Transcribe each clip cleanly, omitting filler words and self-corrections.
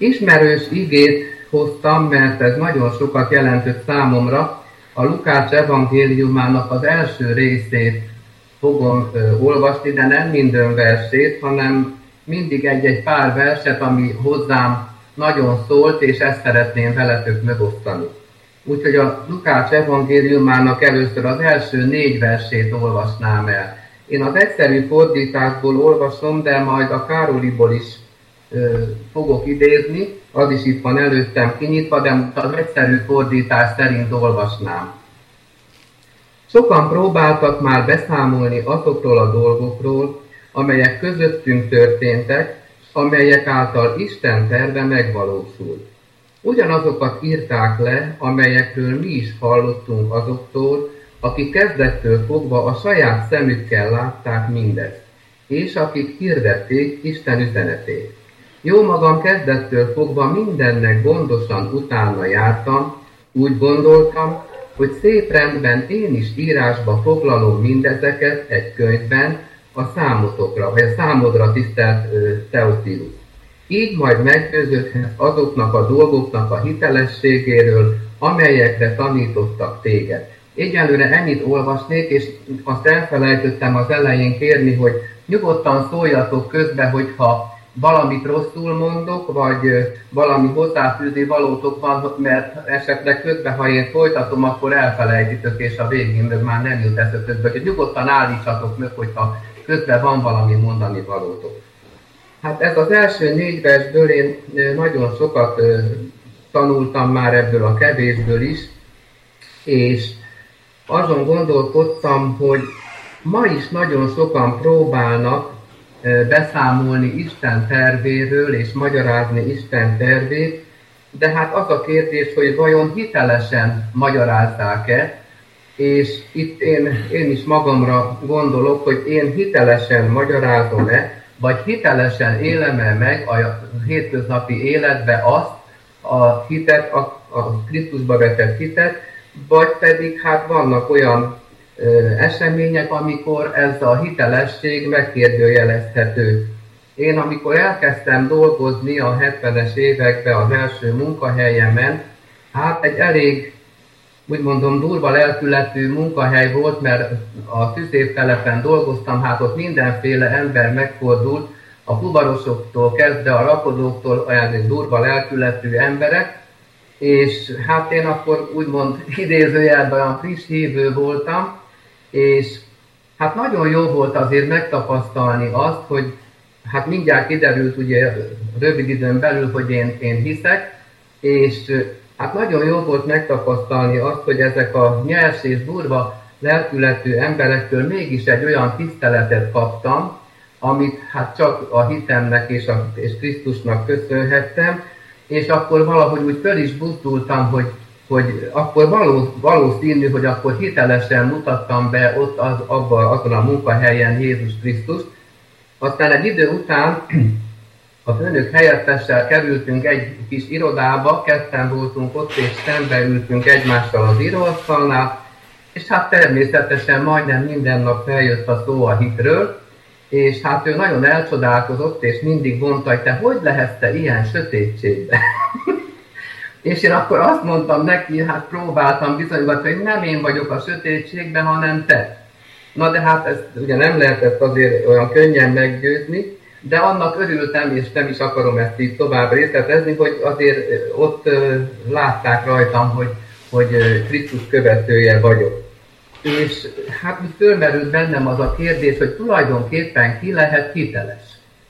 Ismerős igét hoztam, mert ez nagyon sokat jelentett számomra. A Lukács evangéliumának az első részét fogom olvasni, de nem minden versét, hanem mindig egy pár verset, ami hozzám nagyon szólt, és ezt szeretném veletek megosztani. Úgyhogy a Lukács evangéliumának először az első 4 versét olvasnám el. Én az egyszerű fordításból olvasom, de majd a Károliból is fogok idézni, az is itt van előttem kinyitva, de az egyszerű fordítás szerint olvasnám. Sokan próbáltak már beszámolni azokról a dolgokról, amelyek közöttünk történtek, amelyek által Isten terve megvalósult. Ugyanazokat írták le, amelyekről mi is hallottunk azoktól, akik kezdettől fogva a saját szemükkel látták mindezt, és akik hirdették Isten üzenetét. Jó magam kezdettől fogva mindennek gondosan utána jártam, úgy gondoltam, hogy szép rendben én is írásba foglalom mindezeket egy könyvben a számotokra, vagy a számodra, tisztelt Teofilus. Így majd meggyőződhetsz azoknak a dolgoknak a hitelességéről, amelyekre tanítottak téged. Egyelőre ennyit olvasnék, és azt elfelejtettem az elején kérni, hogy nyugodtan szóljatok közbe, hogyha valamit rosszul mondok, vagy valami hozzáfűzni valótok van, mert esetleg közben, ha én folytatom, akkor elfelejtitek, és a végén már nem jut eszetekbe. Úgyhogy nyugodtan állítsatok meg, hogyha közben van valami mondani valótok. Hát ez az első 4 versből én nagyon sokat tanultam már ebből a kevésből is, és azon gondolkodtam, hogy ma is nagyon sokan próbálnak beszámolni Isten tervéről és magyarázni Isten tervét, de hát az a kérdés, hogy vajon hitelesen magyarázzák-e, és itt én is magamra gondolok, hogy én hitelesen magyarázom-e, vagy hitelesen élem-e meg a hétköznapi életbe azt a hitet, a Krisztusba vetett hitet, vagy pedig hát vannak olyan események, amikor ez a hitelesség megkérdőjelezhető. Én amikor elkezdtem dolgozni a 70-es években az első munkahelyemen, hát egy elég, úgy mondom, durva lelkületű munkahely volt, mert a tüzértelepen dolgoztam, hát ott mindenféle ember megfordult, a fuvarosoktól kezdve a rakodóktól olyan durva lelkületű emberek, és hát én akkor úgymond idézőjelben olyan friss hívő voltam, és hát nagyon jó volt azért megtapasztalni azt, hogy hát mindjárt kiderült ugye rövid időn belül, hogy én hiszek, és hát nagyon jó volt megtapasztalni azt, hogy ezek a nyers és durva lelkületű emberektől mégis egy olyan tiszteletet kaptam, amit hát csak a hitemnek és Krisztusnak köszönhettem, és akkor valahogy úgy föl is buzdultam, hogy akkor valószínű, hogy akkor hitelesen mutattam be ott azon a munkahelyen Jézus Krisztust. Aztán egy idő után a főnök helyettessel kerültünk egy kis irodába, ketten voltunk ott, és szembe ültünk egymással az íróasztalnál, és hát természetesen majdnem minden nap feljött a szó a hitről, és hát ő nagyon elcsodálkozott, és mindig mondta, hogy te hogy lehetsz te ilyen sötétségben? És én akkor azt mondtam neki, hát próbáltam bizonygatni, hogy nem én vagyok a sötétségben, hanem te. Na de hát ezt ugye nem lehetett azért olyan könnyen meggyőzni, de annak örültem, és nem is akarom ezt így tovább részletezni, hogy azért ott látták rajtam, hogy Krisztus követője vagyok. És hát fölmerült bennem az a kérdés, hogy tulajdonképpen ki lehet hiteles.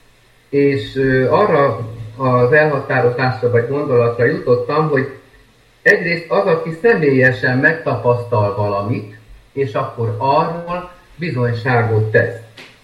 És arra az elhatározásra vagy gondolatra jutottam, hogy egyrészt az, aki személyesen megtapasztal valamit, és akkor arról bizonyságot tesz.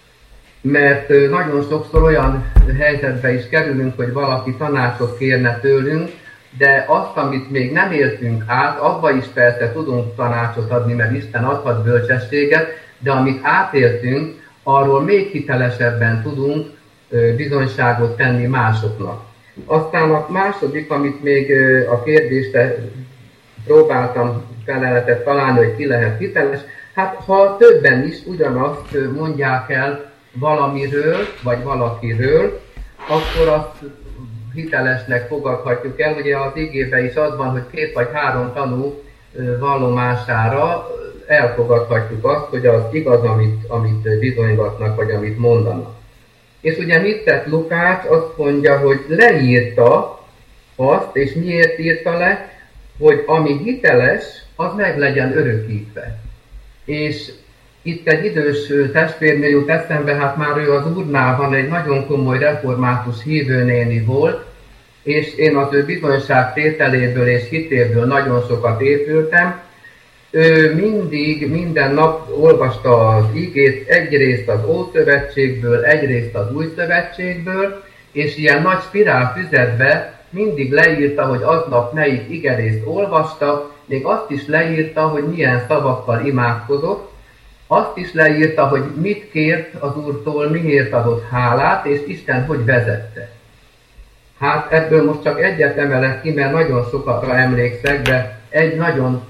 Mert nagyon sokszor olyan helyzetbe is kerülünk, hogy valaki tanácsot kérne tőlünk, de azt, amit még nem éltünk át, abba is persze tudunk tanácsot adni, mert Isten adhat bölcsességet, de amit átéltünk, arról még hitelesebben tudunk bizonyságot tenni másoknak. Aztán a második, amit még a kérdésre próbáltam feleletet találni, hogy ki lehet hiteles, hát ha többen is ugyanazt mondják el valamiről, vagy valakiről, akkor azt hitelesnek fogadhatjuk el. Ugye az igében is az van, hogy 2 vagy 3 tanú vallomására elfogadhatjuk azt, hogy az igaz, amit bizonygatnak, vagy amit mondanak. És ugye mit tett Lukács? Azt mondja, hogy leírta azt, és miért írta le, hogy ami hiteles, az meg legyen örökítve. És itt egy idős testvérnő jut eszembe, hát már ő az Úrnál van, egy nagyon komoly református hívőnéni volt, és én az ő bizonyságtételéből és hitéből nagyon sokat épültem. Ő minden nap olvasta az igét, egyrészt az Ószövetségből, egyrészt az Új Szövetségből, és ilyen nagy spirálfüzetbe mindig leírta, hogy aznap melyik igerészt olvasta, még azt is leírta, hogy milyen szavakkal imádkozott, azt is leírta, hogy mit kért az Úrtól, miért adott hálát, és Isten hogy vezette. Hát ebből most csak egyet emelek ki, mert nagyon sokatra emlékszek, de egy nagyon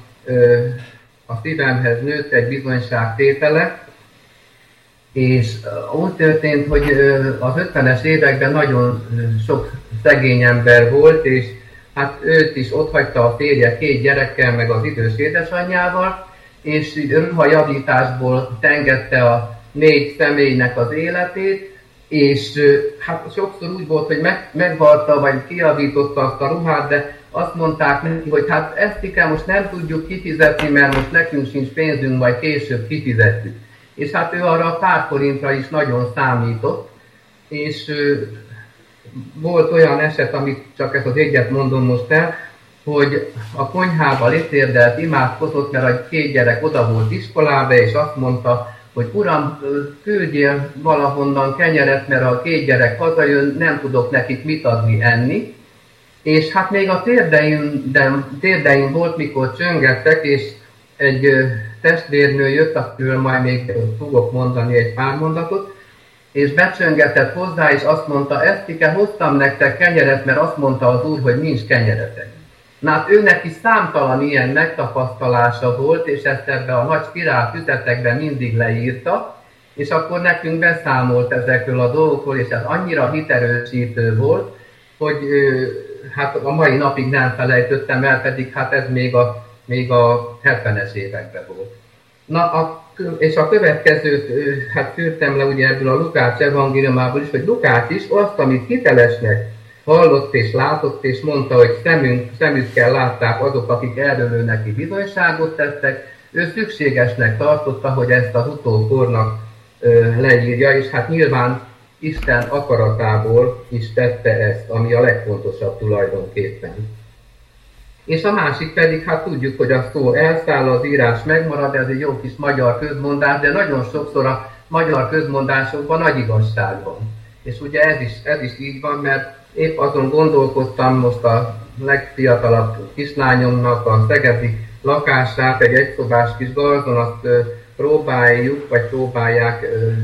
a szívemhez nőtt egy bizonyságtétele, és úgy történt, hogy az 50-es években nagyon sok szegény ember volt, és hát őt is otthagyta a férje 2 gyerekkel, meg az idős édesanyjával, és ruhajavításból tengette a 4 személynek az életét, és hát sokszor úgy volt, hogy megvarta, vagy kijavította azt a ruhát, de azt mondták neki, hogy hát ezt kell most nem tudjuk kifizetni, mert most nekünk sincs pénzünk, majd később kifizetjük. És hát ő arra a pár forintra is nagyon számított, és volt olyan eset, amit csak ezt az egyet mondom most el, hogy a konyhába letérdelt, imádkozott, mert a 2 gyerek oda volt iskolába, és azt mondta, hogy Uram, küldjél valahonnan kenyeret, mert a 2 gyerek hazajön, nem tudok nekik mit adni enni. És hát még a térdeim volt, mikor csöngettek, és egy testvérnő jött, akiről majd még fogok mondani egy pár mondatot, és becsöngetett hozzá, és azt mondta, Esztike, hoztam nektek kenyeret, mert azt mondta az Úr, hogy nincs kenyeretek. Na hát őnek is számtalan ilyen megtapasztalása volt, és ezt ebbe a nagy spirálfüzetekben mindig leírta, és akkor nekünk beszámolt ezekről a dolgokról, és ez annyira hiterősítő volt, hogy hát a mai napig nem felejtöttem el, pedig hát ez még a 70-es években volt. Na, és a következőt hát szűrtem le ugye ebből a Lukács evangéliumából is, hogy Lukács is azt, amit hitelesnek hallott és látott, és mondta, hogy szemükkel látták azok, akik erről neki bizonyságot tettek, ő szükségesnek tartotta, hogy ezt az utókornak leírja, és hát nyilván Isten akaratából is tette ezt, ami a legfontosabb tulajdonképpen. És a másik pedig, hát tudjuk, hogy a szó elszáll, az írás megmarad, ez egy jó kis magyar közmondás, de nagyon sokszor a magyar közmondásokban nagy igazság van. És ugye ez is így van, mert épp azon gondolkoztam most a legfiatalabb kislányomnak a szegedi lakását, egy egyszobás kis garzon, azt próbálják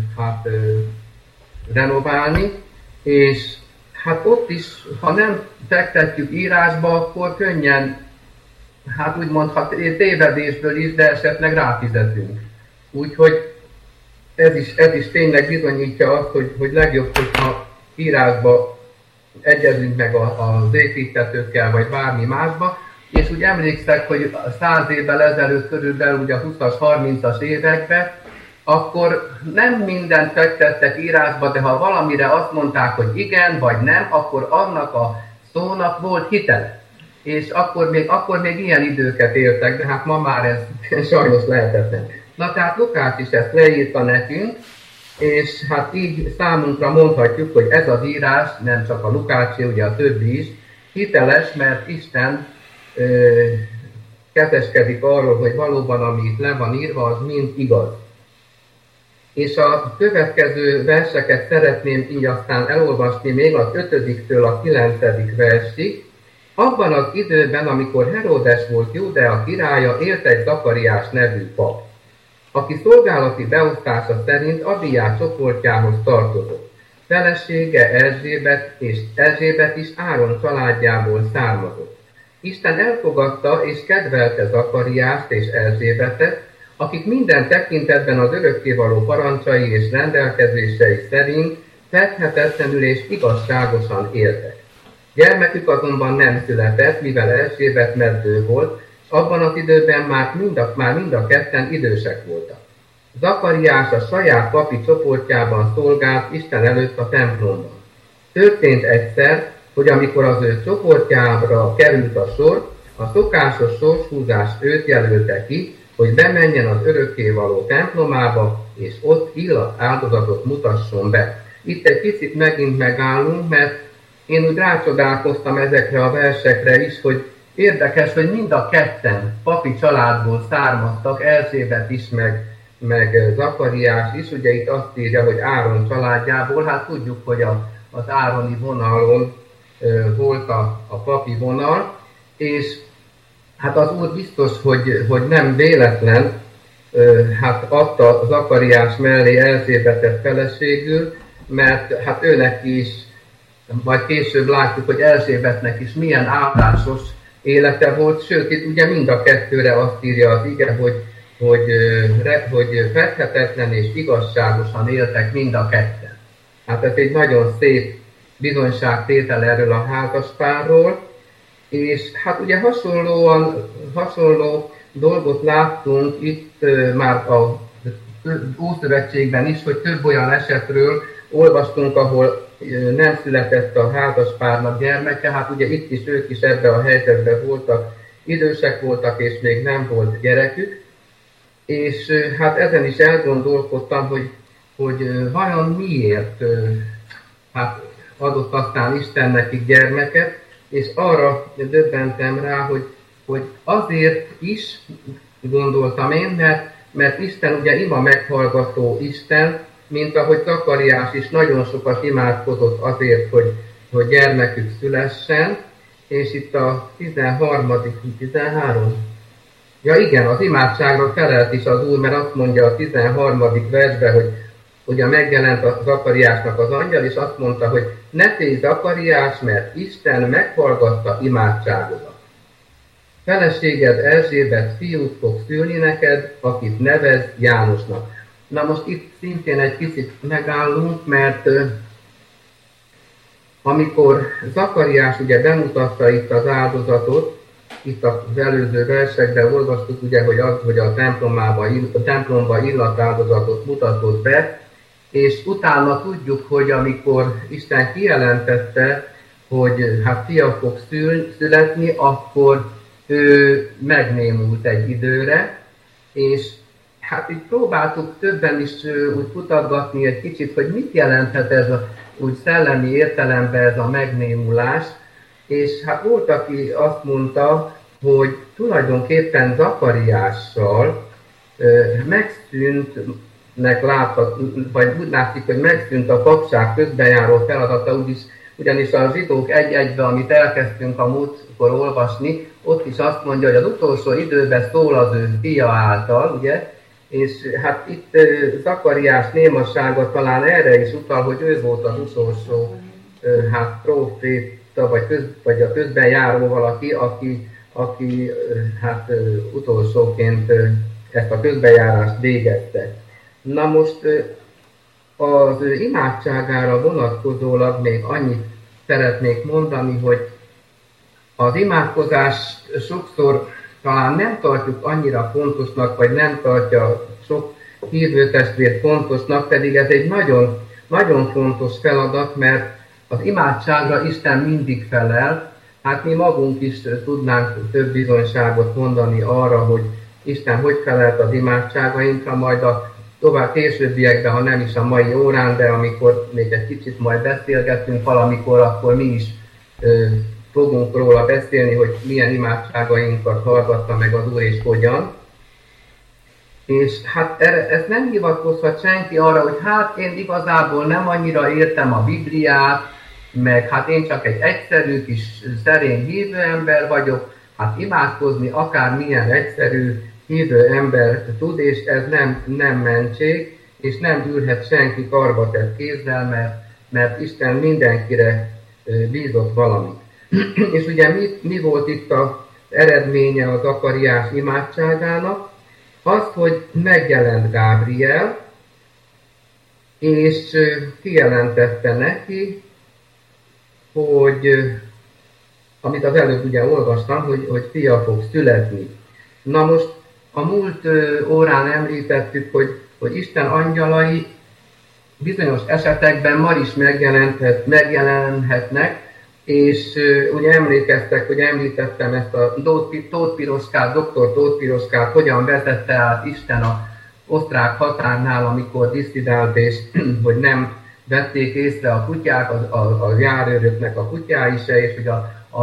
renoválni, és hát ott is, ha nem fektetjük írásba, akkor könnyen, hát úgymond, ha tévedésből is, de esetleg ráfizetünk. Úgyhogy ez is tényleg bizonyítja azt, hogy legjobb, hogyha írásba egyezünk meg az építtetőkkel, vagy bármi másba, és úgy emlékszek, hogy 100 évvel ezelőtt körülbelül ugye a 20-as, 30-as években, akkor nem mindent fektettek írásba, de ha valamire azt mondták, hogy igen vagy nem, akkor annak a szónak volt hitele. És akkor még ilyen időket éltek, de hát ma már ez sajnos lehetetlen. Na tehát Lukács is ezt leírta nekünk, és hát így számunkra mondhatjuk, hogy ez az írás, nem csak a Lukácsé, ugye a többi is, hiteles, mert Isten kezeskedik arról, hogy valóban ami itt le van írva, az mind igaz. És a következő verseket szeretném így aztán elolvasni még az 5-től a 9. versig. Abban az időben, amikor Heródes volt Júdea királya, élt egy Zakariás nevű pap, aki szolgálati beosztása szerint Abiá csoportjához tartozott. Felesége Erzsébet, és Erzsébet is Áron családjából származott. Isten elfogadta és kedvelte Zakariást és Erzsébetet, akik minden tekintetben az örökkévaló parancsai és rendelkezései szerint fedhetetlenül és igazságosan éltek. Gyermekük azonban nem született, mivel Erzsébet meddő volt, és abban az időben már mind a ketten idősek voltak. Zakariás a saját papi csoportjában szolgált Isten előtt a templomban. Történt egyszer, hogy amikor az ő csoportjára került a sor, a szokásos sorshúzás őt jelölte ki, hogy bemenjen az örökkévaló templomába, és ott illatáldozatot mutasson be. Itt egy picit megint megállunk, mert én úgy rácsodálkoztam ezekre a versekre is, hogy érdekes, hogy mind a ketten papi családból származtak, Erzsébet is, meg Zakariás is. Ugye itt azt írja, hogy Áron családjából, hát tudjuk, hogy az ároni vonalon volt a papi vonal, és hát az Úr biztos, hogy nem véletlen hát adta Zakariás mellé Erzsébetet feleségül, mert hát őnek is, majd később látjuk, hogy Erzsébetnek is milyen áldásos élete volt, sőt, itt ugye mind a kettőre azt írja az ige, hogy fedhetetlen és igazságosan éltek mind a ketten. Hát ez egy nagyon szép bizonyságtétel erről a házaspárról, és hát ugye hasonló dolgot láttunk itt már a Ószövetségben is, hogy több olyan esetről olvastunk, ahol nem született a házaspárnak gyermeke, hát ugye itt is ők is ebben a helyzetben voltak, idősek voltak és még nem volt gyerekük, és hát ezen is elgondolkodtam, hogy vajon miért hát adott aztán Isten nekik gyermeket, és arra döbbentem rá, hogy azért is gondoltam én, mert Isten ugye ima meghallgató Isten, mint ahogy Zakariás is nagyon sokat imádkozott azért, hogy gyermekük szülessen, és itt a 13. Ja igen, az imádságra felelt is az Úr, mert azt mondja a 13. versben, hogy ugye megjelent a Zakariásnak az angyal, és azt mondta, hogy ne félj Zakariás, mert Isten meghallgatta imádságodat. Feleséged Erzsébet fiút fog szülni neked, akit nevez Jánosnak. Na most itt szintén egy kicsit megállunk, mert amikor Zakariás ugye bemutatta itt az áldozatot, itt az előző versekben olvastuk ugye, hogy a templomba illatáldozatot mutatott be, és utána tudjuk, hogy amikor Isten kijelentette, hogy hát fia fog születni, akkor ő megnémult egy időre, és hát így próbáltuk többen is úgy kutatgatni egy kicsit, hogy mit jelenthet ez úgy szellemi értelemben ez a megnémulás, és hát volt, aki azt mondta, hogy tulajdonképpen Zakariással megszűntnek vagy úgy látszik, hogy megszűnt a papság közbenjáró feladata, ugyanis a zsidók egy-egybe, amit elkezdtünk a múltkor olvasni, ott is azt mondja, hogy az utolsó időben szól az ő fia által, ugye? És hát itt Zakariás némassága talán erre is utal, hogy ő volt az utolsó hát próféta, vagy a közben járó valaki, aki hát utolsóként ezt a közbenjárást végezte. Na most az ő imádságára vonatkozólag még annyit szeretnék mondani, hogy az imádkozást sokszor talán nem tartjuk annyira fontosnak, vagy nem tartja sok hívőtestvér fontosnak, pedig ez egy nagyon, nagyon fontos feladat, mert az imádságra Isten mindig felel. Hát mi magunk is tudnánk több bizonyságot mondani arra, hogy Isten hogy felelt az imádságainkra, majd a tovább későbbiekben, ha nem is a mai órán, de amikor még egy kicsit majd beszélgetünk valamikor, akkor mi is fogunk róla beszélni, hogy milyen imádságainkat hallgatta meg az Úr és hogyan. És hát ez nem hivatkozhat senki arra, hogy hát én igazából nem annyira értem a Bibliát, meg hát én csak egy egyszerű kis szerény hívő ember vagyok, hát imádkozni akármilyen egyszerű hívő ember tud, és ez nem mentség, és nem ülhet senki karbatett kézzel, mert Isten mindenkire bízott valamit. És ugye mi volt itt az eredménye az Zakariás imádságának? Az, hogy megjelent Gábriel, és kijelentette neki, hogy amit az előbb ugye olvastam, hogy fia fog születni. Na most a múlt órán említettük, hogy Isten angyalai bizonyos esetekben ma is megjelenhetnek, és ugye emlékeztek, hogy említettem ezt a Tóth Piroskát, dr. Tóth Piroskát, hogyan vezette át Isten az osztrák határnál, amikor disszidált, és hogy nem vették észre a kutyák, a járőröknek a kutyái se, és hogy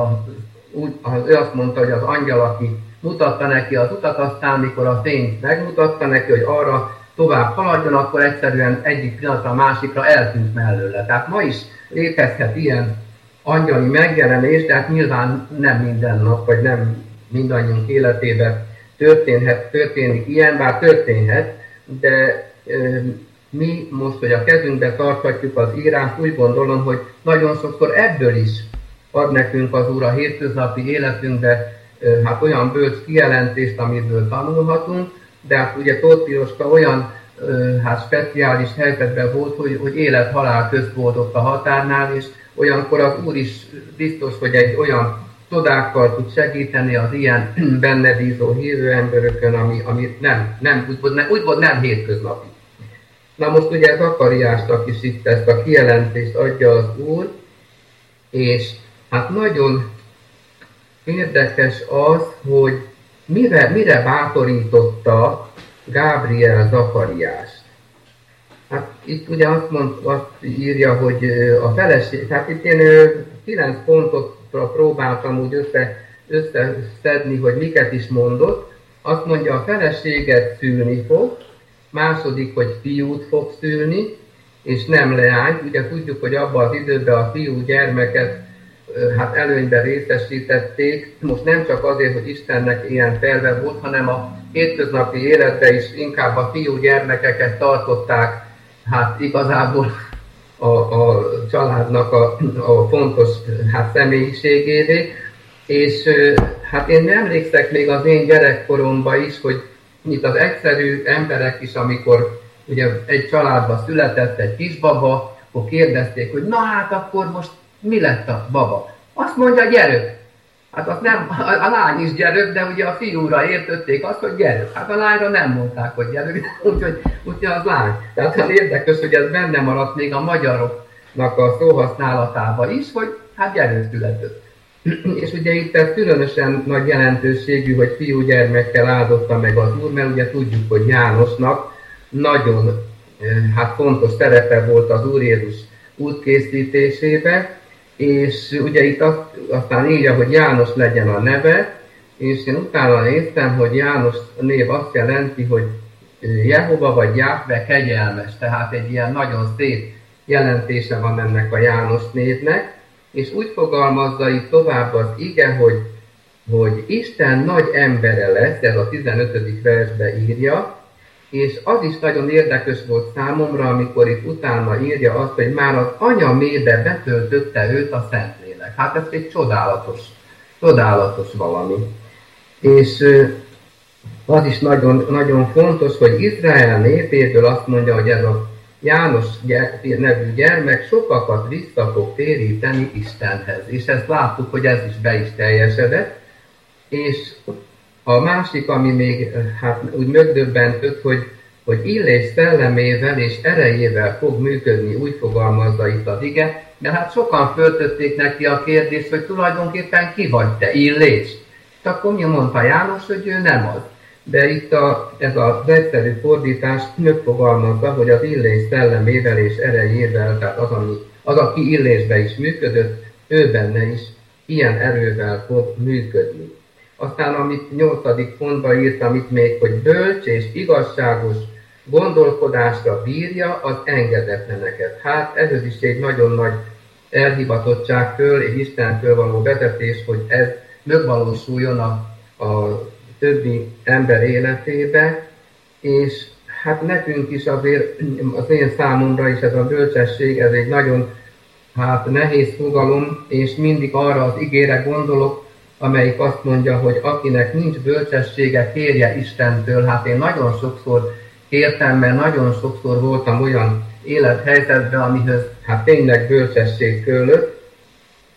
ő azt mondta, hogy az angyal, aki mutatta neki az utat, aztán mikor a fényt megmutatta neki, hogy arra tovább haladjon, akkor egyszerűen egyik pillanatra a másikra eltűnt mellőle. Tehát ma is létezhet ilyen angyali megjelenés, de hát nyilván nem minden nap, vagy nem mindannyiunk életében történik ilyen, bár történhet, de mi most, hogy a kezünkbe tarthatjuk az írást, úgy gondolom, hogy nagyon sokszor ebből is ad nekünk az Úr a hétköznapi életünkbe hát olyan bölcs kijelentést, amiből tanulhatunk, de hát ugye Tóth Piroska olyan hát speciális helyzetben volt, hogy élet-halál közt volt ott a határnál, és olyankor az Úr is biztos, hogy egy olyan csodákkal tud segíteni az ilyen benne bízó hívő emberökön, ami úgymond nem hétköznapi. Na most ugye Zakariásnak is itt ezt a kijelentést adja az Úr, és hát nagyon érdekes az, hogy mire bátorította Gábriel Zakariást. Hát itt ugye azt írja, hogy a feleség, tehát itt én 9 pontotra próbáltam úgy összeszedni, hogy miket is mondott. Azt mondja, a feleséget szülni fog, második, hogy fiút fog szülni, és nem leányt. Ugye tudjuk, hogy abban az időben a fiú gyermeket hát előnyben részesítették. Most nem csak azért, hogy Istennek ilyen terve volt, hanem a hétköznapi életben is inkább a fiú gyermekeket tartották hát igazából a családnak a fontos hát személyiségévé. És hát én emlékszek még az én gyerekkoromban is, hogy itt az egyszerű emberek is, amikor ugye egy családba született egy kisbaba, akkor kérdezték, hogy na hát akkor most mi lett a baba? Azt mondja, gyerök. Hát azt nem, a lány is gyerök, de ugye a fiúra értették azt, hogy gyerök. Hát a lányra nem mondták, hogy gyerök, úgyhogy az lány. Tehát az érdekes, hogy ez benne maradt még a magyaroknak a szóhasználatában is, hogy hát gyerek született. És ugye itt ez különösen nagy jelentőségű, hogy fiúgyermekkel áldotta meg az Úr, mert ugye tudjuk, hogy Jánosnak nagyon hát fontos szerepe volt az Úr Jézus útkészítésében, és ugye itt aztán írja, hogy János legyen a neve, és én utána néztem, hogy János név azt jelenti, hogy Jehova vagy Jahve kegyelmes, tehát egy ilyen nagyon szép jelentése van ennek a János névnek, és úgy fogalmazza itt tovább az ige, hogy Isten nagy embere lesz, ez a 15. versbe írja, és az is nagyon érdekes volt számomra, amikor itt utána írja azt, hogy már az anya mélybe betöltötte őt a Szentlélek. Hát ez egy csodálatos valami. És az is nagyon, nagyon fontos, hogy Izrael népéből azt mondja, hogy ez a János nevű gyermek sokakat vissza fog téríteni Istenhez. És ezt láttuk, hogy ez is be is teljesedett. És a másik, ami még hát úgy megdöbbentött, hogy Illés szellemével és erejével fog működni, úgy fogalmazza itt az ige, mert hát sokan föltötték neki a kérdést, hogy tulajdonképpen ki vagy te, Illés? És akkor mi mondta János, hogy ő nem az. De itt ez az egyszerű fordítás megfogalmazza, hogy az Illés szellemével és erejével, tehát az, aki Illésbe is működött, ő benne is ilyen erővel fog működni. Aztán, amit 8. pontban írtam itt még, hogy bölcs és igazságos gondolkodásra bírja az engedetleneket. Hát ez is egy nagyon nagy elhivatottságtól és Istentől való vezetés, hogy ez megvalósuljon a többi ember életébe, és hát nekünk is azért, az én számomra is ez a bölcsesség, ez egy nagyon hát nehéz fogalom, és mindig arra az igére gondolok, amelyik azt mondja, hogy akinek nincs bölcsessége, kérje Istentől. Hát én nagyon sokszor kértem, mert nagyon sokszor voltam olyan élethelyzetben, amihez hát tényleg bölcsesség kellett,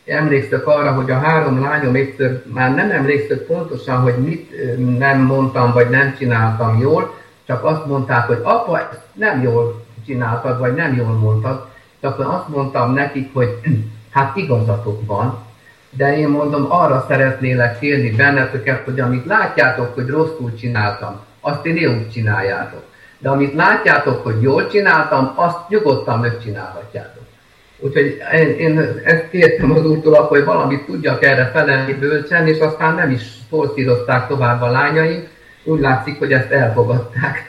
emlékszek arra, hogy a 3 lányom egyszer, már nem emlékszek pontosan, hogy mit nem mondtam, vagy nem csináltam jól, csak azt mondták, hogy apa, ezt nem jól csináltad, vagy nem jól mondtad. Csak azt mondtam nekik, hogy hát igazatok van, de én mondom, arra szeretnélek kérni benneteket, hogy amit látjátok, hogy rosszul csináltam, azt én jól csináljátok. De amit látjátok, hogy jól csináltam, azt nyugodtan megcsinálhatjátok. Úgyhogy én ezt kértem az Úrtól, hogy valamit tudjak erre felelni bölcsen, és aztán nem is forszírozták tovább a lányaim. Úgy látszik, hogy ezt elfogadták.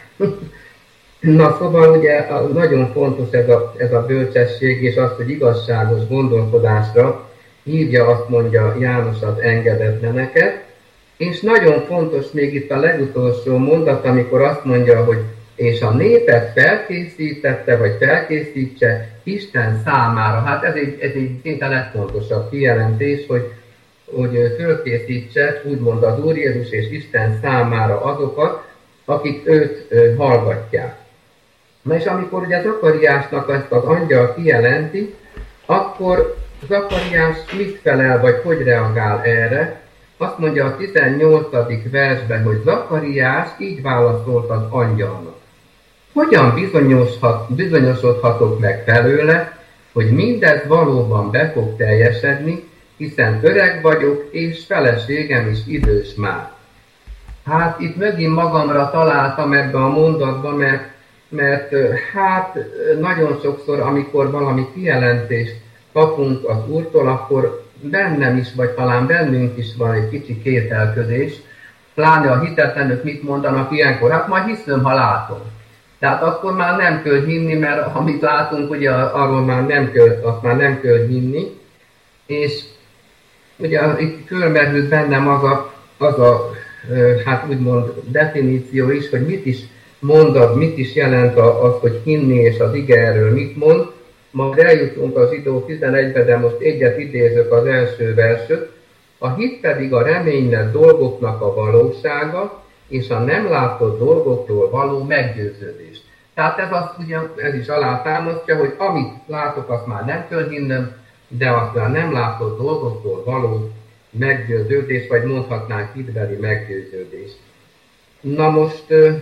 Na szóval ugye nagyon fontos ez a bölcsesség, és az, hogy igazságos gondolkodásra hívja, azt mondja János, az engedetleneket. És nagyon fontos még itt a legutolsó mondat, amikor azt mondja, hogy és a népet felkészítette, vagy felkészítse Isten számára. Hát ez egy szinte legfontosabb kijelentés, hogy fölkészítse, úgymond az Úr Jézus és Isten számára azokat, akik őt hallgatják. Na és amikor ugye Zakariásnak ezt az angyal kijelenti, akkor Zakariás mit felel, vagy hogy reagál erre? Azt mondja a 18. versben, hogy Zakariás így válaszolt az angyalnak. Hogyan bizonyosodhatok meg felőle, hogy mindez valóban be fog teljesedni, hiszen öreg vagyok, és feleségem is idős már. Hát itt megint magamra találtam ebbe a mondatba, mert hát nagyon sokszor, amikor valami kijelentést kapunk az Úrtól, akkor bennem is, vagy talán bennünk is van egy kicsi kételkedés, pláne a hitetlenök mit mondanak ilyenkor, hát majd hiszem, ha látom. Tehát akkor már nem kell hinni, mert amit látunk, ugye arról már nem kell hinni. És ugye itt fölmerült bennem az a hát úgymond definíció is, hogy mit is mondod, mit is jelent az, hogy hinni, és az ige erről mit mond. Majd eljutunk a Zsidó 11-be, de most egyet idézök, az első versöt. A hit pedig a reménynek dolgoknak a valósága, és a nem látott dolgokról való meggyőződés. Tehát ez is alátámasztja, hogy amit látok, azt már nem kell hinnem, de azt már nem látott dolgokról való meggyőződés, vagy mondhatnánk hitbeli meggyőződés. Na most,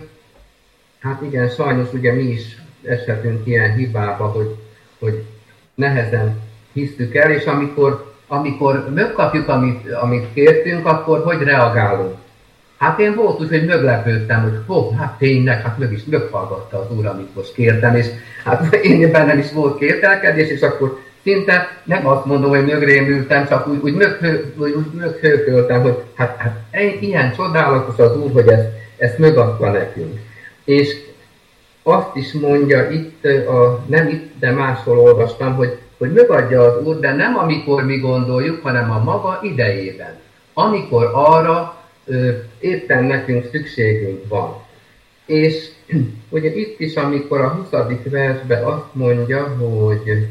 hát igen, sajnos ugye mi is eshetünk ilyen hibába, hogy nehezen hisztük el, és amikor megkapjuk, amit kértünk, akkor hogy reagálunk? Hát én volt úgy, hogy meglepődtem, hogy hát tényleg, hát meghallgatta az Úr, amit most kértem, és hát én bennem is volt kételkedés, és akkor szinte nem azt mondom, hogy megrémültem, csak úgy meghőköltem, hogy hát ilyen csodálatos az Úr, hogy ezt megadta nekünk. És azt is mondja itt, nem itt, de máshol olvastam, hogy megadja az Úr, de nem amikor mi gondoljuk, hanem a maga idejében. Amikor arra éppen nekünk szükségünk van. És ugye itt is, amikor a 20. versben azt mondja, hogy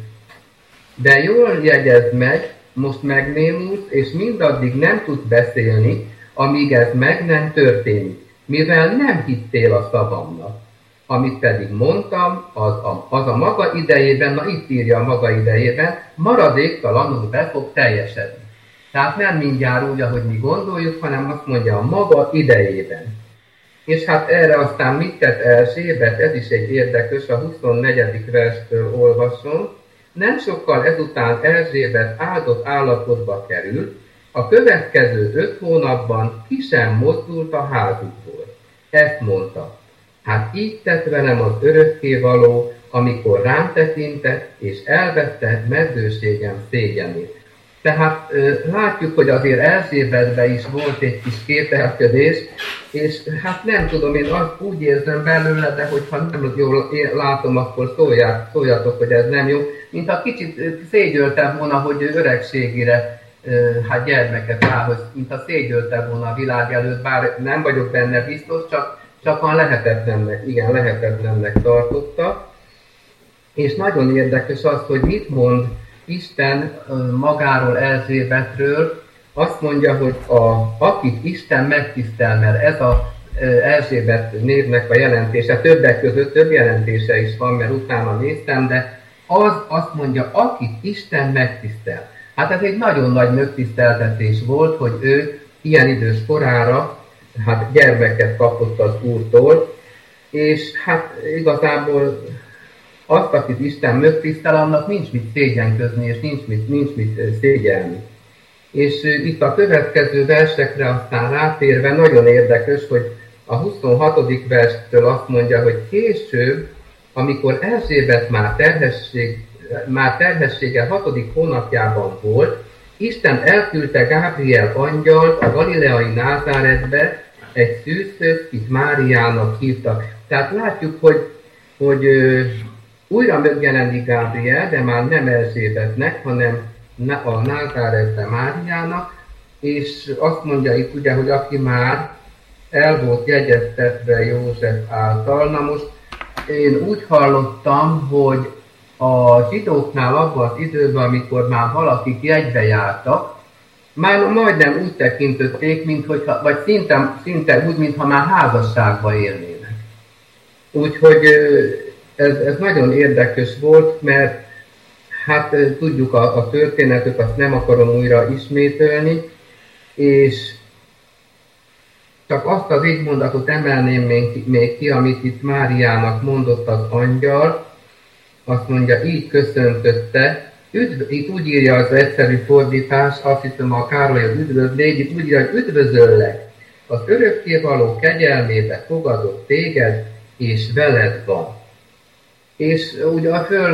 de jól jegyezd meg, most megnémulsz, és mindaddig nem tudsz beszélni, amíg ez meg nem történik, mivel nem hittél a szavamnak. Amit pedig mondtam, az a maga idejében, na itt írja a maga idejében, maradéktalanul be fog teljesedni. Tehát nem mindjárt úgy, ahogy mi gondoljuk, hanem azt mondja a maga idejében. És hát erre aztán mit tett Erzsébet, ez is egy érdekes, a 24. verstől olvasom. Nem sokkal ezután Erzsébet áldott állapotba került, a következő 5 hónapban ki sem mozdult a házukból. Ezt mondta, hát így tett velem az örökkévaló, amikor rám tekintett, és elvette meddőségem szégyenét. Tehát látjuk, hogy azért Erzsébetben is volt egy kis kételkedés, és hát nem tudom, én azt úgy érzem belőle, de hogyha nem jól látom, akkor szóljatok, hogy ez nem jó. Mint ha kicsit szégyöltem volna, hogy öregségére hát gyermeket rához, mint ha szégyöltem volna a világ előtt, bár nem vagyok benne biztos, csak a lehetetlennek tartotta. És nagyon érdekes az, hogy mit mond Isten magáról, Erzsébetről. Azt mondja, hogy akit Isten megtisztel, mert ez az Erzsébet névnek a jelentése, többek között több jelentése is van, mert utána néztem, de azt mondja, akit Isten megtisztel. Hát ez egy nagyon nagy megtiszteltetés volt, hogy ő ilyen idős korára hát gyermeket kapott az Úrtól, és hát igazából azt, akit Isten megtisztel, annak nincs mit szégyenközni, és nincs mit szégyelni. És itt a következő versekre aztán rátérve nagyon érdekes, hogy a 26. verstől azt mondja, hogy később, amikor Erzsébet már terhessége 6. hónapjában volt, Isten elküldte Gábriel angyalt a galileai Názáretbe egy szűzhöz, kit Máriának hívtak. Tehát látjuk, hogy újra megjelenik Gábriel, de már nem Erzsébetnek, hanem a Názáretbe Máriának, és azt mondja itt ugye, hogy aki már el volt jegyeztetve József által. Na most én úgy hallottam, hogy a zsidóknál abban az időben, amikor már valakik jegybe jártak, már majdnem úgy tekintötték, minthogyha, vagy szinte úgy, mintha már házasságba élnének. Úgyhogy ez nagyon érdekes volt, mert hát tudjuk a történetet, azt nem akarom újra ismételni, és csak azt az egy mondatot emelném még ki, amit itt Máriának mondott az angyal. Azt mondja, így köszöntötte, itt úgy írja az egyszerű fordítás, azt hiszem a Károly az üdvözlégy, itt úgy írja, hogy üdvözöllek, az örökkévaló kegyelmébe fogadott téged, és veled van. És ugye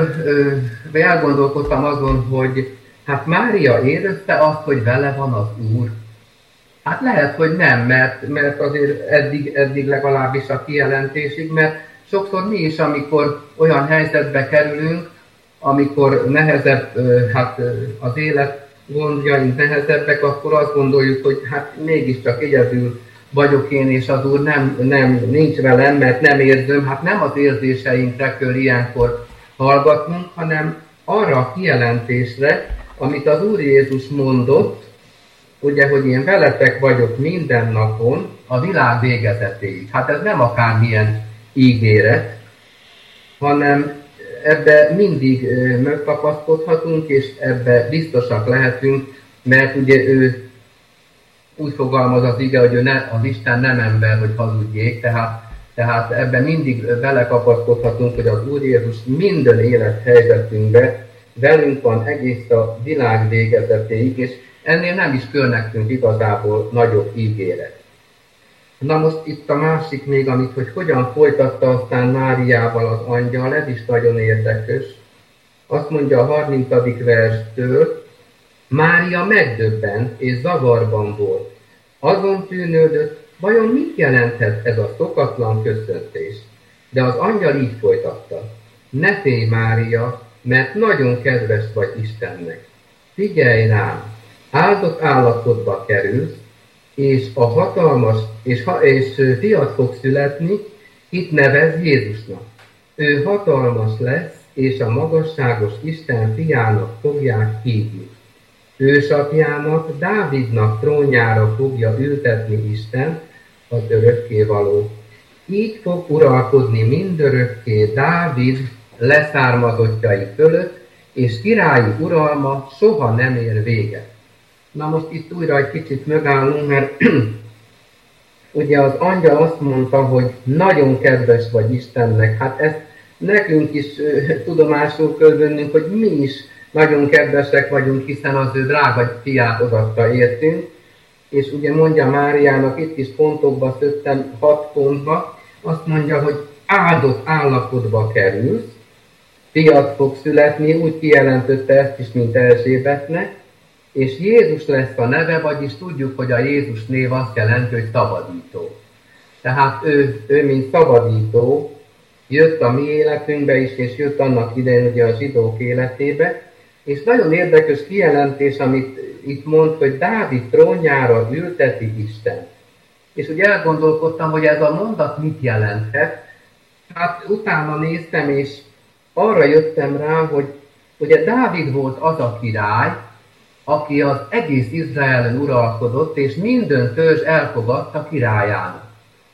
elgondolkodtam azon, hogy hát Mária érezte azt, hogy vele van az Úr. Hát lehet, hogy nem, mert azért eddig legalábbis a kijelentésig, mert sokszor mi is, amikor olyan helyzetbe kerülünk, amikor nehezebb, hát az élet gondjaink nehezebbek, akkor azt gondoljuk, hogy hát mégiscsak egyedül vagyok én, és az Úr nincs velem, mert nem érzem. Hát nem az érzéseinkre kell ilyenkor hallgatnunk, hanem arra a kijelentésre, amit az Úr Jézus mondott, ugye, hogy én veletek vagyok minden napon a világ végezetéig. Hát ez nem akármilyen ígéret, hanem ebbe mindig megkapaszkodhatunk, és ebbe biztosak lehetünk, mert ugye ő úgy fogalmaz az ige, hogy az Isten nem ember, hogy hazudjék, tehát ebben mindig belekapaszkodhatunk, hogy az Úr Jézus minden élethelyzetünkben velünk van egész a világ végezetéig, és ennél nem is kell nekünk igazából nagyobb ígéret. Na most itt a másik még, amit, hogy hogyan folytatta aztán Máriával az angyal, ez is nagyon érdekes. Azt mondja a 30. verstől, Mária megdöbbent és zavarban volt. Azon tűnődött, vajon mit jelenthet ez a szokatlan köszöntés? De az angyal így folytatta. Ne félj, Mária, mert nagyon kedves vagy Istennek. Figyelj rám, áldott állapotba kerülsz, és a hatalmas, és fiat fog születni, itt nevez Jézusnak. Ő hatalmas lesz, és a magasságos Isten fiának fogják hívni. Ősapjának, Dávidnak trónjára fogja ültetni Isten, az örökkévaló. Így fog uralkodni mindörökké Dávid leszármazottjai fölött, és királyi uralma soha nem ér véget. Na most itt újra egy kicsit megállunk, mert ugye az angyal azt mondta, hogy nagyon kedves vagy Istennek. Hát ezt nekünk is tudomásul kell vennünk, hogy mi is nagyon kedvesek vagyunk, hiszen az ő drága fiát odatta értünk. És ugye mondja Máriának, itt is pontokba szöttem, 6 pontba, azt mondja, hogy áldott állapotba kerülsz, fiat fog születni, úgy kijelentette ezt is, mint Erzsébetnek, és Jézus lesz a neve, vagyis tudjuk, hogy a Jézus név azt jelenti, hogy szabadító. Tehát ő mint szabadító, jött a mi életünkbe is, és jött annak idején ugye a zsidók életébe, és nagyon érdekes kijelentés, amit itt mond, hogy Dávid trónjára ülteti Isten. És ugye elgondolkodtam, hogy ez a mondat mit jelenthet. Hát utána néztem, és arra jöttem rá, hogy ugye Dávid volt az a király, aki az egész Izraelen uralkodott, és minden törzs elfogadta királyának.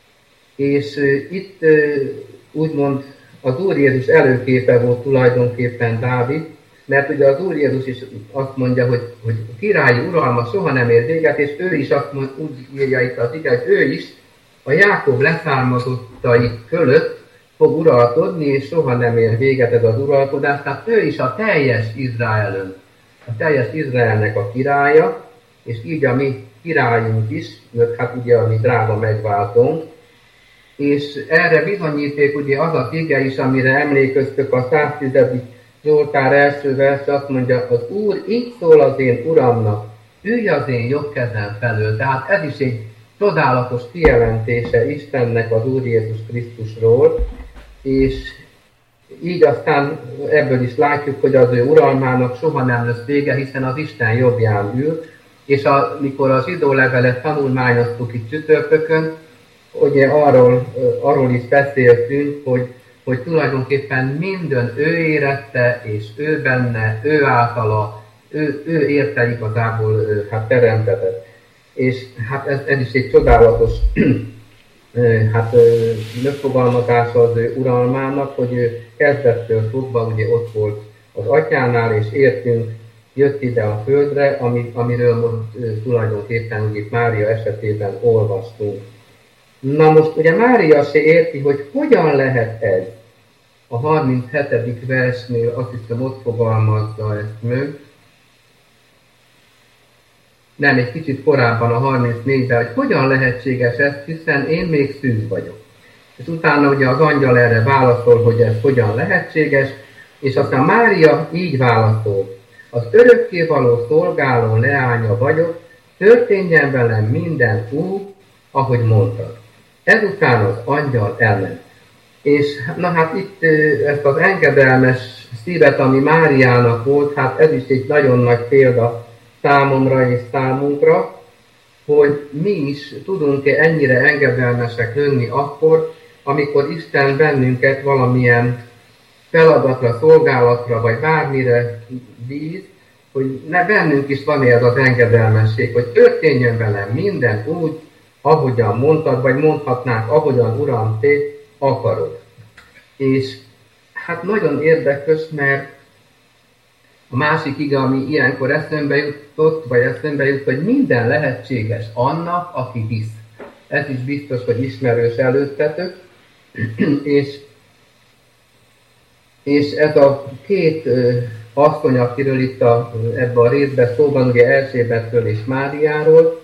És itt úgymond az Úr Jézus előképe volt tulajdonképpen Dávid, Mert ugye az Úr Jézus is azt mondja, hogy a királyi uralma soha nem ér véget, és ő is azt mondja, úgy írja itt az ige, hogy ő is a Jákob leszármazottai fölött fog uralkodni, és soha nem ér véget ez az uralkodás. Tehát ő is a teljes Izraelön, a teljes Izraelnek a királya, és így a mi királyunk is, mert hát ugye a mi drága megváltónk. És erre bizonyíték ugye az a ige is, amire emlékeztök, a 110. Zsoltár első vers, azt mondja, az Úr így szól az én Uramnak, ülj az én jobb kezem felől. Tehát ez is egy csodálatos kijelentése Istennek az Úr Jézus Krisztusról, és így aztán ebből is látjuk, hogy az ő uralmának soha nem lesz vége, hiszen az Isten jobbján ül, és amikor a zsidó levelet tanulmányoztuk itt csütörtökön, ugye arról is beszéltünk, hogy tulajdonképpen minden ő érette, és ő benne, ő általa, ő érte igazából hát teremtetett. És hát ez is egy csodálatos hát megfogalmazása az ő uralmának, hogy ő kezdettől fogva ugye ott volt az atyánál, és értünk, jött ide a földre, amiről most tulajdonképpen ugye Mária esetében olvastunk. Na most ugye Mária se érti, hogy hogyan lehet ez. A 37. versnél azt hiszem ott fogalmazza ezt meg. Nem, egy kicsit korábban a 34-ben, hogy hogyan lehetséges ez, hiszen én még szűz vagyok. És utána ugye az angyal erre válaszol, hogy ez hogyan lehetséges, és aztán Mária így válaszol. Az örökkévaló szolgáló leánya vagyok, történjen velem minden úgy, ahogy mondtad. Ezután az angyal elment. És na hát itt ezt az engedelmes szívet, ami Máriának volt, hát ez is egy nagyon nagy példa számomra és számunkra, hogy mi is tudunk-e ennyire engedelmesek lenni akkor, amikor Isten bennünket valamilyen feladatra, szolgálatra, vagy bármire bíz, hogy bennünk is van ez az engedelmesség, hogy történjön velem minden úgy, ahogyan mondtad, vagy mondhatnánk, ahogyan Uram, te akarod. És hát nagyon érdekes, mert a másik ige, ami ilyenkor eszembe jut, hogy minden lehetséges annak, aki hisz. Ez is biztos, hogy ismerős előttetek. és ez a két asszony, akiről itt ebben a részben szó van, ugye Erzsébetről és Máriáról,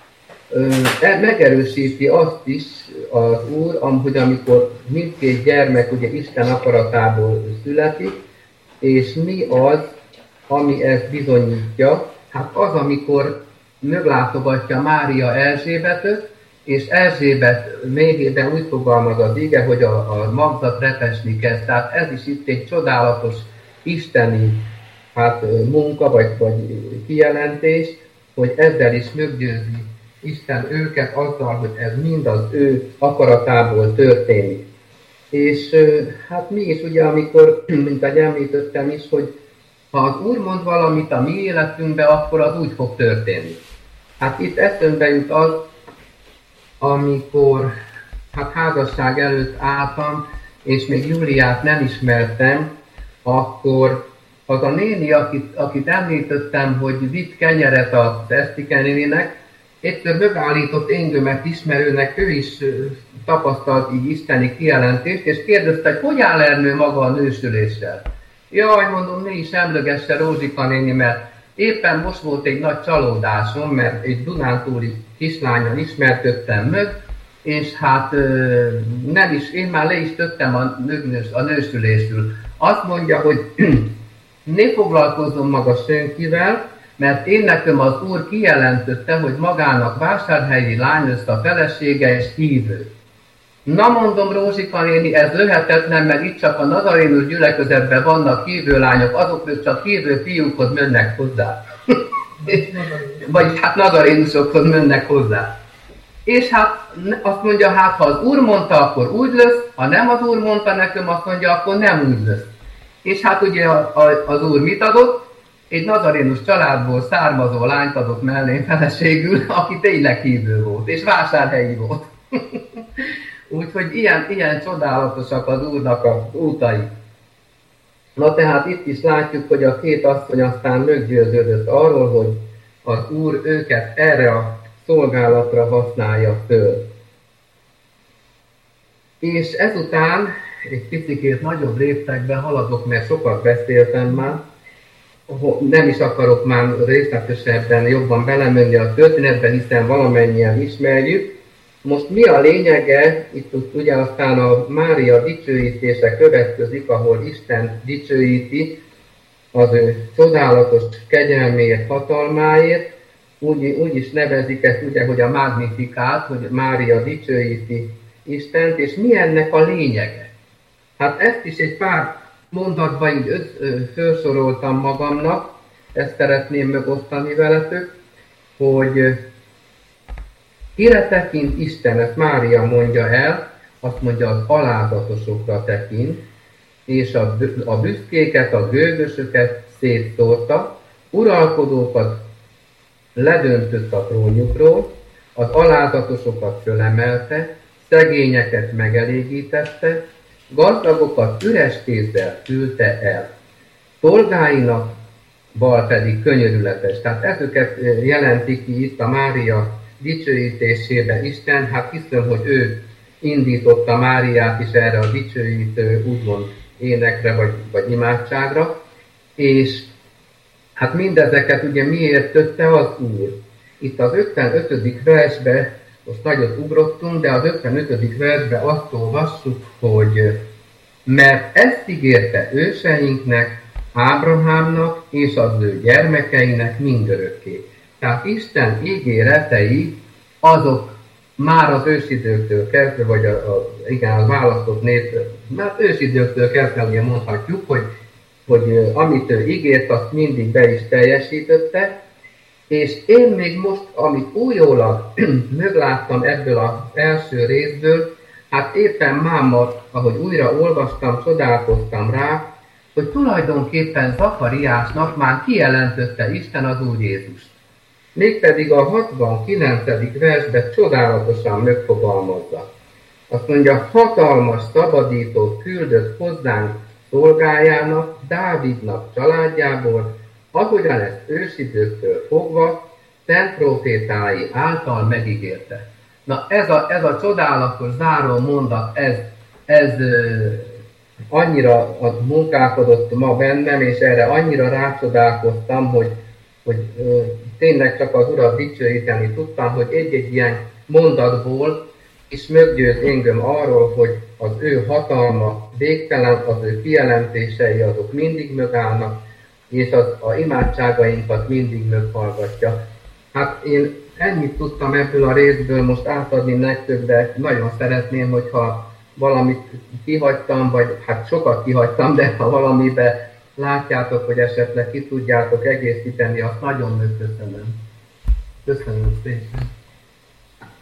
megerősíti azt is az Úr, hogy amikor mindkét gyermek ugye Isten akaratából születik, és mi az, ami ezt bizonyítja? Hát az, amikor meglátogatja Mária Erzsébetet, és Erzsébet méhében úgy fogalmaz az ige, hogy a magzat repesni kezd. Tehát ez is itt egy csodálatos isteni munka, vagy kijelentés, hogy ezzel is meggyőzi Isten őket azzal, hogy ez mind az ő akaratából történik. És hát mi is ugye, amikor, mint ahogy említettem is, hogy ha az Úr mond valamit a mi életünkbe, akkor az úgy fog történni. Hát itt eszembe jut az, amikor hát házasság előtt álltam, és még Júliát nem ismertem, akkor az a néni, akit említettem, hogy vitt kenyeret az Esztike néninek, egyszer megállított engemet ismerőnek, ő is tapasztalt így isteni kijelentést, és kérdezte, hogy áll Ernő maga a nősüléssel. Jaj, mondom, ne is emlegesse Rózsika néni, mert éppen most volt egy nagy csalódásom, mert egy dunántúli kislányon ismerkedtem meg, és hát nem is, én már le is töttem a nősülésről. Azt mondja, hogy ne foglalkozzon maga senkivel, mert én nekem az Úr kijelentette, hogy magának vásárhelyi lány lesz a felesége és hívő. Na mondom, Rózsika néni, ez lehetetlen, mert itt csak a nazarénus gyülekezetben vannak hívő lányok, azok csak hívő fiúkhoz mennek hozzá. Vagy hát nazarénusokhoz mennek hozzá. És hát azt mondja, hát ha az Úr mondta, akkor úgy lesz, ha nem az Úr mondta nekem, azt mondja, akkor nem úgy lesz. És hát ugye az Úr mit adott? Egy nazarénus családból származó lányt adott mellém feleségül, aki tényleg hívő volt, és vásárhelyi volt. Úgyhogy ilyen csodálatosak az Úrnak az útai. Na tehát itt is látjuk, hogy a két asszony aztán meggyőződött arról, hogy az Úr őket erre a szolgálatra használja föl. És ezután egy picikét nagyobb részlegbe haladok, mert sokat beszéltem már, nem is akarok már részletesebben jobban belemenni a történetbe, hiszen valamennyien ismerjük. Most mi a lényege? Itt ugye aztán a Mária dicsőítése következik, ahol Isten dicsőíti az ő csodálatos kegyelméért, hatalmáért. Úgy is nevezik ezt ugye, hogy a Magnifikát, hogy Mária dicsőíti Istent, és mi ennek a lényege? Hát ezt is egy pár mondatban így felsoroltam magamnak, ezt szeretném megosztani veletek, hogy kire tekint Isten, ezt Mária mondja el, azt mondja, az alázatosokra tekint, és a büszkéket, a gőgösöket szétszórta, uralkodókat ledöntött a trónjukról, az alázatosokat fölemelte, szegényeket megelégítette, gazdagokat üres kézzel küldte el. Szolgáinak bal pedig könyörületes. Tehát ezeket jelenti ki itt a Mária dicsőítésébe Isten. Hát hiszem, hogy ő indította Máriát is erre a dicsőítő úgymond énekre vagy imádságra. És hát mindezeket ugye miért tette az Úr? Itt az 55. versbe, most nagyot ugrottunk, de az 55. versbe azt olvassuk, hogy mert ezt ígérte őseinknek, Ábrahámnak és az ő gyermekeinek mindörökké. Tehát Isten ígéretei azok már az ősidőktől kezdve, vagy igen, az választott nép, már ősidőktől kezdve ugye mondhatjuk, hogy amit ő ígért, azt mindig be is teljesítette, és én még most, amit újólag megláttam ebből az első részből, hát éppen máma, ahogy újra olvastam, csodálkoztam rá, hogy tulajdonképpen Zakariásnak már kijelentette Isten az Úr Jézust. Mégpedig a 69. versben csodálatosan megfogalmazza. Azt mondja, hatalmas szabadítót küldött hozzánk szolgájának, Dávidnak családjából, ahogyan ezt ősidőktől fogva, szent profétái által megígérte. Na ez a csodálatos záró mondat, ez annyira munkálkodott ma bennem, és erre annyira rácsodálkoztam, hogy tényleg csak az Urat dicsőíteni tudtam, hogy egy-egy ilyen mondatból is meggyőz engem arról, hogy az ő hatalma végtelen, az ő kijelentései azok mindig megállnak, és az imádságainkat mindig meghallgatja. Hát én ennyit tudtam ebből a részből most átadni nektek, de nagyon szeretném, hogyha valamit kihagytam, vagy hát sokat kihagytam, de ha valamibe látjátok, hogy esetleg ki tudjátok egészíteni, azt nagyon megköszönöm. Köszönöm szépen.